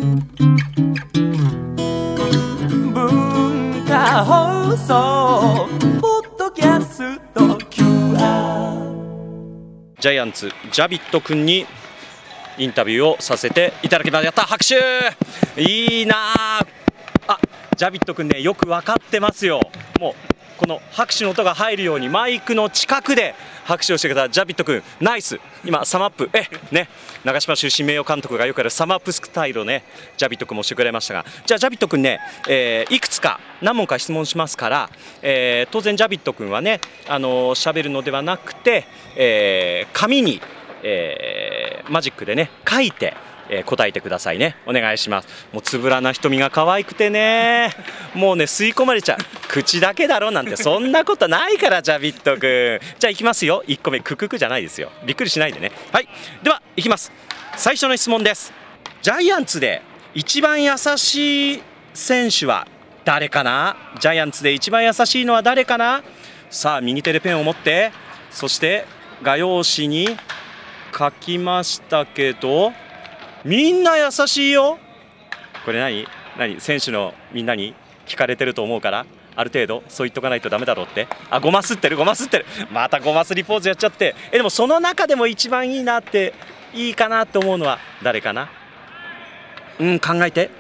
文化放送ポッドキャスト QR。 ジャイアンツジャビット君にインタビューをさせていただきます。やった、拍手いいなあ。ジャビット君ね、よく分かってますよ。もうこの拍手の音が入るようにマイクの近くで拍手をしてくれたジャビット君、ナイス。今サマップね、長嶋出身名誉監督がよくやるサマップスタイルをね、ジャビット君もしてくれましたが、じゃあジャビット君ね、いくつか何問か質問しますから、当然ジャビット君はね、喋るのではなくて、紙に、マジックでね書いて、答えてくださいね。お願いします。もうつぶらな瞳が可愛くてね、もうね吸い込まれちゃう。口だけだろなんてそんなことないからジャビット君。じゃあいきますよ。1個目クククじゃないですよ。びっくりしないでね。はい、ではいきます。最初の質問です。ジャイアンツで一番優しい選手は誰かな。ジャイアンツで一番優しいのは誰かな。さあ右手でペンを持って、そして画用紙に書きましたけど、みんな優しいよ。これ何選手のみんなに聞かれてると思うから、ある程度そう言っとかないとダメだろうって。ごますってるまたごますりポーズやっちゃって。でもその中でも一番いいなって、いいかなと思うのは誰かな。考えて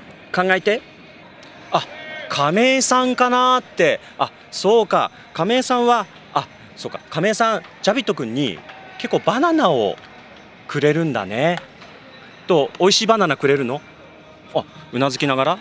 亀井さんかなって。そうか、亀井さんはそうか、亀井さんジャビット君に結構バナナをくれるんだね。美味しいバナナくれるの。うなずきながら、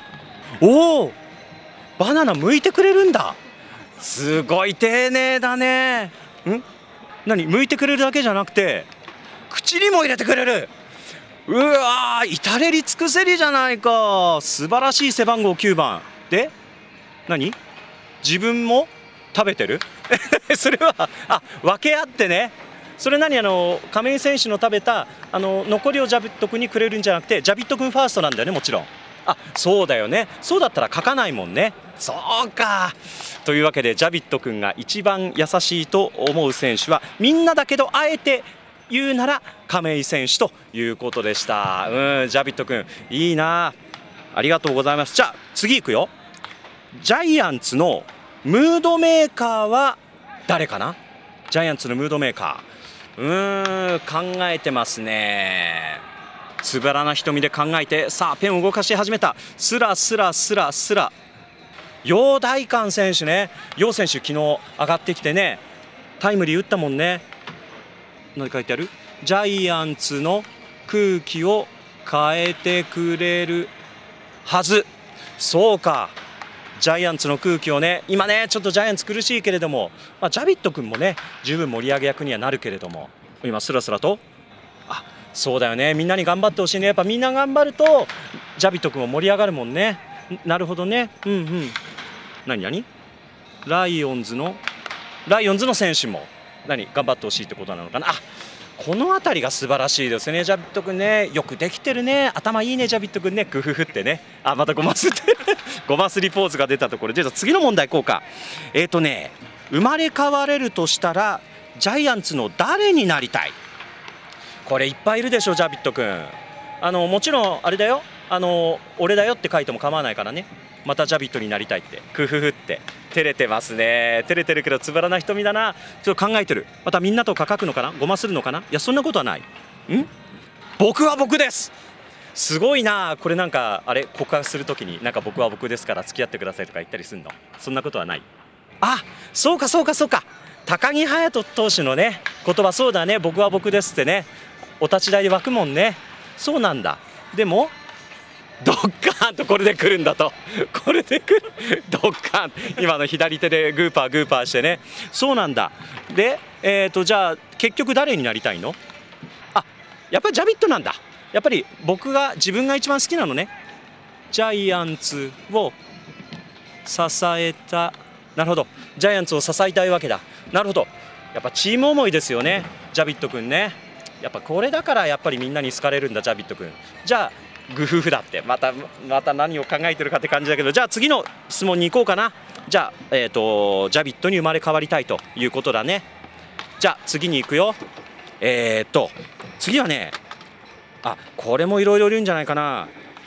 バナナ剥いてくれるんだ。すごい丁寧だね。剥いてくれるだけじゃなくて口にも入れてくれる。うわー、至れり尽くせりじゃないか。素晴らしい背番号9番で、自分も食べてるそれは分け合ってね。それ亀井選手の食べた残りをジャビット君にくれるんじゃなくて、ジャビット君ファーストなんだよね、もちろん。そうだよね。そうだったら書かないもんね。そうか。というわけでジャビット君が一番優しいと思う選手は、みんなだけどあえて言うなら亀井選手ということでした。ジャビット君いいな。ありがとうございます。じゃあ次いくよ。ジャイアンツのムードメーカーは誰かな。ジャイアンツのムードメーカー、考えてますね。つぶらな瞳で考えて、さあペンを動かし始めた。スラスラスラスラ。陽大館選手ね。陽選手昨日上がってきてね、タイムリー打ったもんね。何書いてある。ジャイアンツの空気を変えてくれるはず。そうか、ジャイアンツの空気をね、今ねちょっとジャイアンツ苦しいけれども、ジャビット君もね十分盛り上げ役にはなるけれども、今スラスラとそうだよね、みんなに頑張ってほしいね。やっぱみんな頑張るとジャビット君も盛り上がるもんね。なるほどね。何ライオンズの選手も頑張ってほしいってことなのかな。この辺りが素晴らしいですね。ジャビット君ね、よくできてるね。頭いいねジャビット君ね。グフフってね。またごますってごますりポーズが出たところで、じゃあ次の問題いこうか。生まれ変われるとしたらジャイアンツの誰になりたい。これいっぱいいるでしょジャビット君。もちろんあれだよ、俺だよって書いても構わないからね。またジャビットになりたいって。クフフって照れてますね。照れてるけどつぶらな瞳だな。ちょっと考えてる。またみんなと書くのかな、ごまするのかな。いやそんなことはない。僕は僕です。すごいな。これ告白するときに僕は僕ですから付き合ってくださいとか言ったりするの。そんなことはない。そうか高木隼人投手のね言葉、そうだね、僕は僕ですってね、お立ち台で湧くもんね。そうなんだ。でもドッカーンとこれで来るんだと。これで来る。ドッカーン。今の左手でグーパーしてね。そうなんだ。でじゃあ結局誰になりたいの。やっぱりジャビットなんだ。やっぱり自分が一番好きなのね。ジャイアンツを支えた。なるほど、ジャイアンツを支えたいわけだ。なるほど。やっぱチーム思いですよねジャビット君ね。やっぱこれだからやっぱりみんなに好かれるんだジャビット君。じゃあグフフだって、また何を考えてるかって感じだけど、じゃあ次の質問に行こうかな。じゃあジャビットに生まれ変わりたいということだね。じゃあ次に行くよ。次はね、これもいろいろいるんじゃないかな。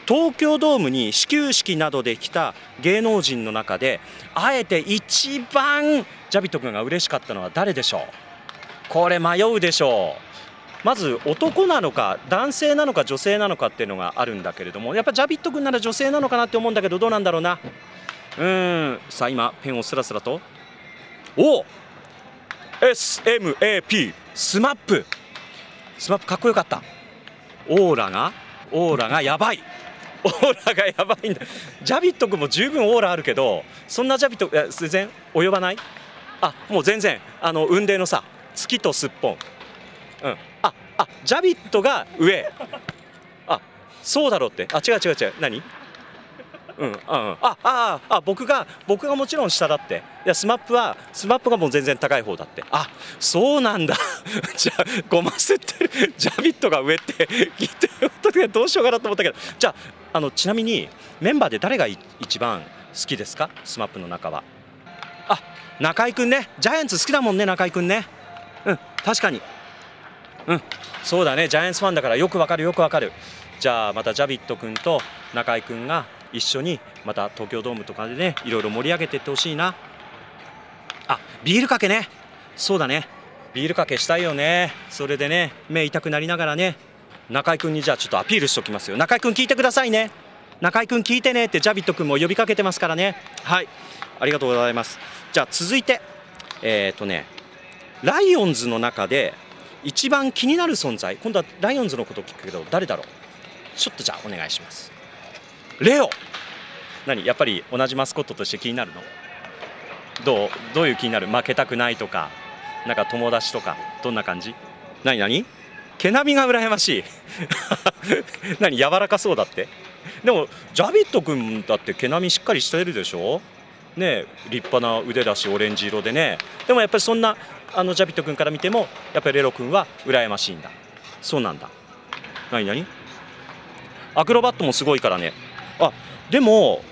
東京ドームに始球式などで来た芸能人の中であえて一番ジャビット君が嬉しかったのは誰でしょう。これ迷うでしょう。まず男なのか男性なのか女性なのかっていうのがあるんだけれども、やっぱジャビット君なら女性なのかなって思うんだけど、どうなんだろうな。さあ今ペンをスラスラと、お SMAP スマップかっこよかった。オーラがやばい。オーラがやばいんだ。ジャビット君も十分オーラあるけど、そんなジャビット全然及ばない。もう全然雲泥の差、月とすっぽん。ジャビットが上。そうだろうって。違う何。僕がもちろん下だって。いやスマップがもう全然高い方だって。そうなんだ。じゃあごますってるジャビットが上って聞いてどうしようかなと思ったけど、じゃあちなみにメンバーで誰が一番好きですか、スマップの中は。中居君ね。ジャイアンツ好きだもんね、中居君ね。確かに。そうだね、ジャイアンツファンだからよくわかる。じゃあまたジャビット君と中居君が一緒にまた東京ドームとかでね、いろいろ盛り上げていってほしいな。ビールかけね。そうだね、ビールかけしたいよね。それでね、目痛くなりながらね、中居君にじゃあちょっとアピールしておきますよ。中居君聞いてくださいね。中居君聞いてねってジャビット君も呼びかけてますからね。はい、ありがとうございます。じゃあ続いてライオンズの中で一番気になる存在、今度はライオンズのことを聞くけど誰だろう。ちょっとじゃあお願いします。レオ。何、やっぱり同じマスコットとして気になるの。どういう気になる。負けたくないとか、なんか友達とか、どんな感じ。何毛並みが羨ましい。何、柔らかそうだって。でもジャビット君だって毛並みしっかりしてるでしょね。立派な腕だし、オレンジ色でね。でもやっぱりそんなジャビット君から見てもやっぱりレロ君は羨ましいんだ。そうなんだ。何アクロバットもすごいからね。でも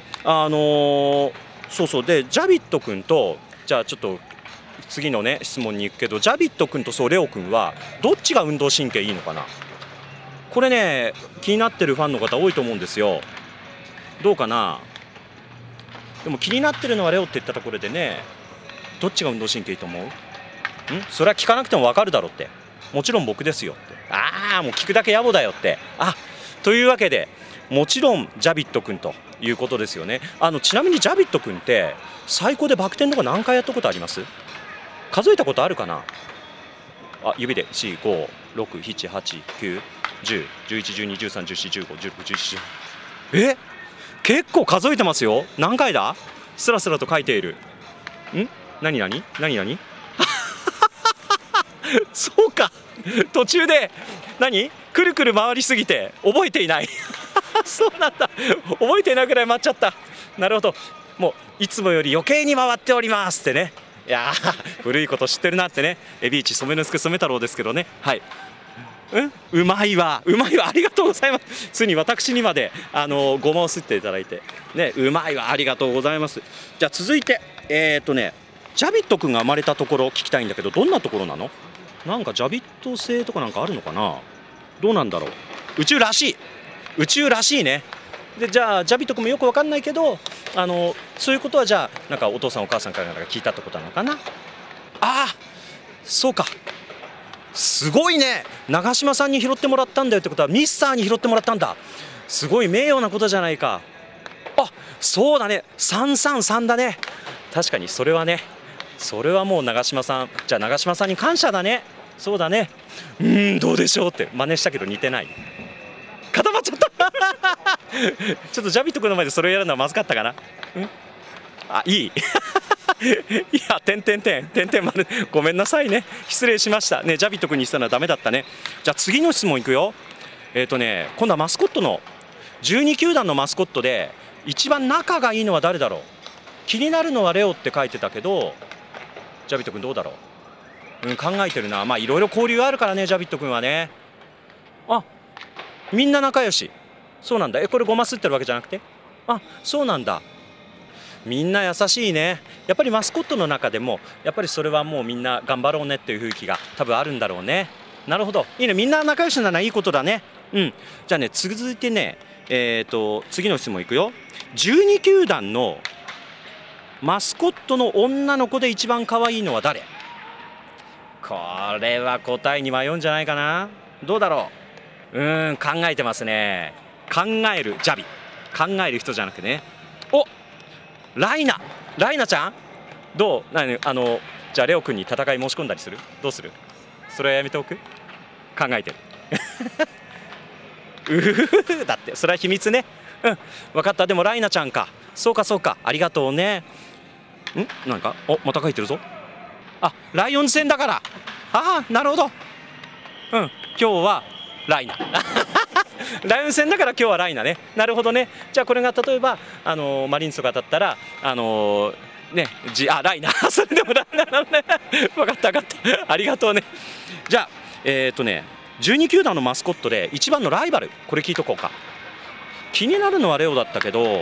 そうでジャビット君と、じゃあちょっと次のね質問に行くけど、ジャビット君とレオ君はどっちが運動神経いいのかな。これね気になってるファンの方多いと思うんですよ。どうかな。でも気になってるのはレオって言ったところでね、どっちが運動神経いいと思う。それは聞かなくても分かるだろうって。もちろん僕ですよって。もう聞くだけ野暮だよって。というわけでもちろんジャビット君ということですよね。ちなみにジャビット君って最高でバク転とか何回やったことあります。数えたことあるかな。指で4、5、6、7、8、9、10、11、12、13、14、15、16、17。結構数えてますよ。何回だ。スラスラと書いている。何そうか、途中でくるくる回りすぎて覚えていない。そうなんだ、覚えていないぐらい回っちゃった。なるほど、もういつもより余計に回っておりますってね。いや古いこと知ってるなってね。エビーチ染之助染太郎ですけどね。うまいわ、ありがとうございます。ついに私にまでごまをすっていただいてね、うまいわ、ありがとうございます。じゃあ続いてジャビット君が生まれたところ聞きたいんだけど、どんなところなの。なんかジャビット星とかなんかあるのかな。どうなんだろう。宇宙らしいね。でじゃあジャビット君もよく分かんないけどそういうことはじゃあなんかお父さんお母さんから聞いたってことなのかな。そうか、すごいね。長嶋さんに拾ってもらったんだよってことはミスターに拾ってもらったんだ。すごい名誉なことじゃないか。そうだね、333だね。確かにそれはもう長嶋さん、じゃあ長嶋さんに感謝だね。そうだね。どうでしょうって真似したけど似てない。固まっちゃったちょっとジャビット君の前でそれをやるのはまずかったかな。いいいや、点々ごめんなさいね、失礼しましたね。ジャビット君にしたのはダメだったね。じゃあ次の質問いくよ。今度はマスコットの12球団のマスコットで一番仲がいいのは誰だろう。気になるのはレオって書いてたけど、ジャビット君どうだろう。考えてるな。いろいろ交流あるからね、ジャビット君はね。みんな仲良し。そうなんだ。これごますってるわけじゃなくて。そうなんだ。みんな優しいね。やっぱりマスコットの中でもやっぱりそれはもうみんな頑張ろうねっていう雰囲気が多分あるんだろうね。なるほど、いいね。みんな仲良しならいいことだね。じゃあね、続いてね、 次の質問いくよ。12球団のマスコットの女の子で一番可愛いのは誰？これは答えに迷うんじゃないかな。どうだろう。考えてますね。考えるジャビ、考える人じゃなくてね。お、ライナちゃんどう？じゃあレオ君に戦い申し込んだりする？どうする？それはやめておく？考えてるだってそれは秘密ね。分かった。でもライナちゃんか。そうかそうか、ありがとうね。なんかまた書いてるぞ。ライオンズ戦だから。なるほど。今日はライナライオンズ戦だから今日はライナね。なるほどね。じゃあこれが例えばマリーンズとかだったらライナそれでもライナなのね。分かったありがとうね。じゃあ12球団のマスコットで一番のライバル、これ聞いとこうか。気になるのはレオだったけど、ラ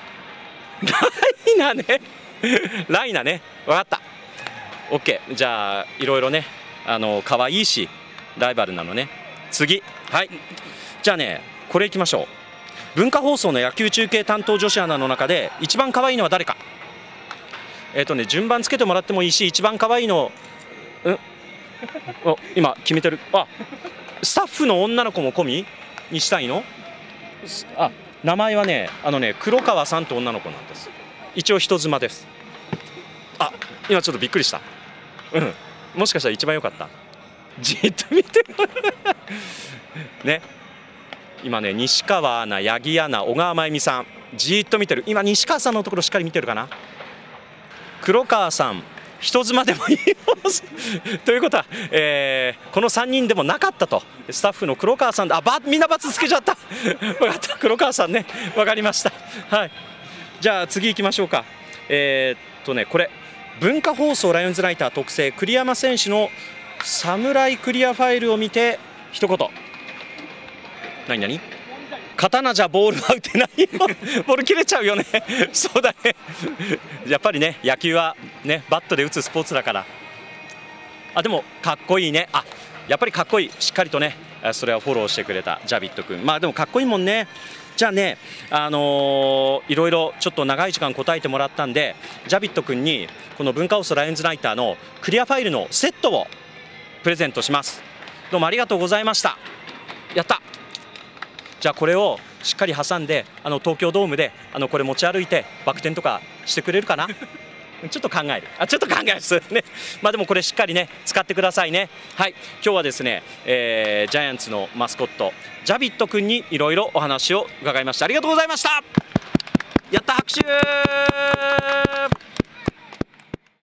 イナねライナね、分かった。 OK。 じゃあいろいろね可愛いしライバルなのね。次、はい、じゃあねこれいきましょう。文化放送の野球中継担当女子アナの中で一番可愛いのは誰か。順番つけてもらってもいいし、一番可愛いの今決めてる。スタッフの女の子も込みにしたいの？名前はね黒川さんと女の子なんです。一応人妻です。今ちょっとびっくりした。もしかしたら一番良かった。じっと見てね。今ね西川アナ、八木アナ、小川真由美さんじっと見てる。今西川さんのところしっかり見てるかな。黒川さん人妻でもいいということは、この3人でもなかったと。スタッフの黒川さんでみんな×つけちゃった分かった、黒川さんね、分かりました。はい、じゃあ次行きましょうか。これ文化放送ライオンズライター特製栗山選手のサムライクリアファイルを見て一言。何刀じゃボールは打てないよボール切れちゃうよねそうだねやっぱりね野球はねバットで打つスポーツだから。でもかっこいいね。やっぱりかっこいい。しっかりとねそれはフォローしてくれたジャビット君。でもかっこいいもんね。じゃあねいろいろちょっと長い時間答えてもらったんで、ジャビット君にこの文化放送ライオンズライターのクリアファイルのセットをプレゼントします。どうもありがとうございました。やった。じゃあこれをしっかり挟んで東京ドームでこれ持ち歩いてバク転とかしてくれるかなちょっと考える。ちょっと考えますね。でもこれしっかりね使ってくださいね。はい、今日はですね、ジャイアンツのマスコットジャビット君にいろいろお話を伺いました。ありがとうございました。やった、拍手。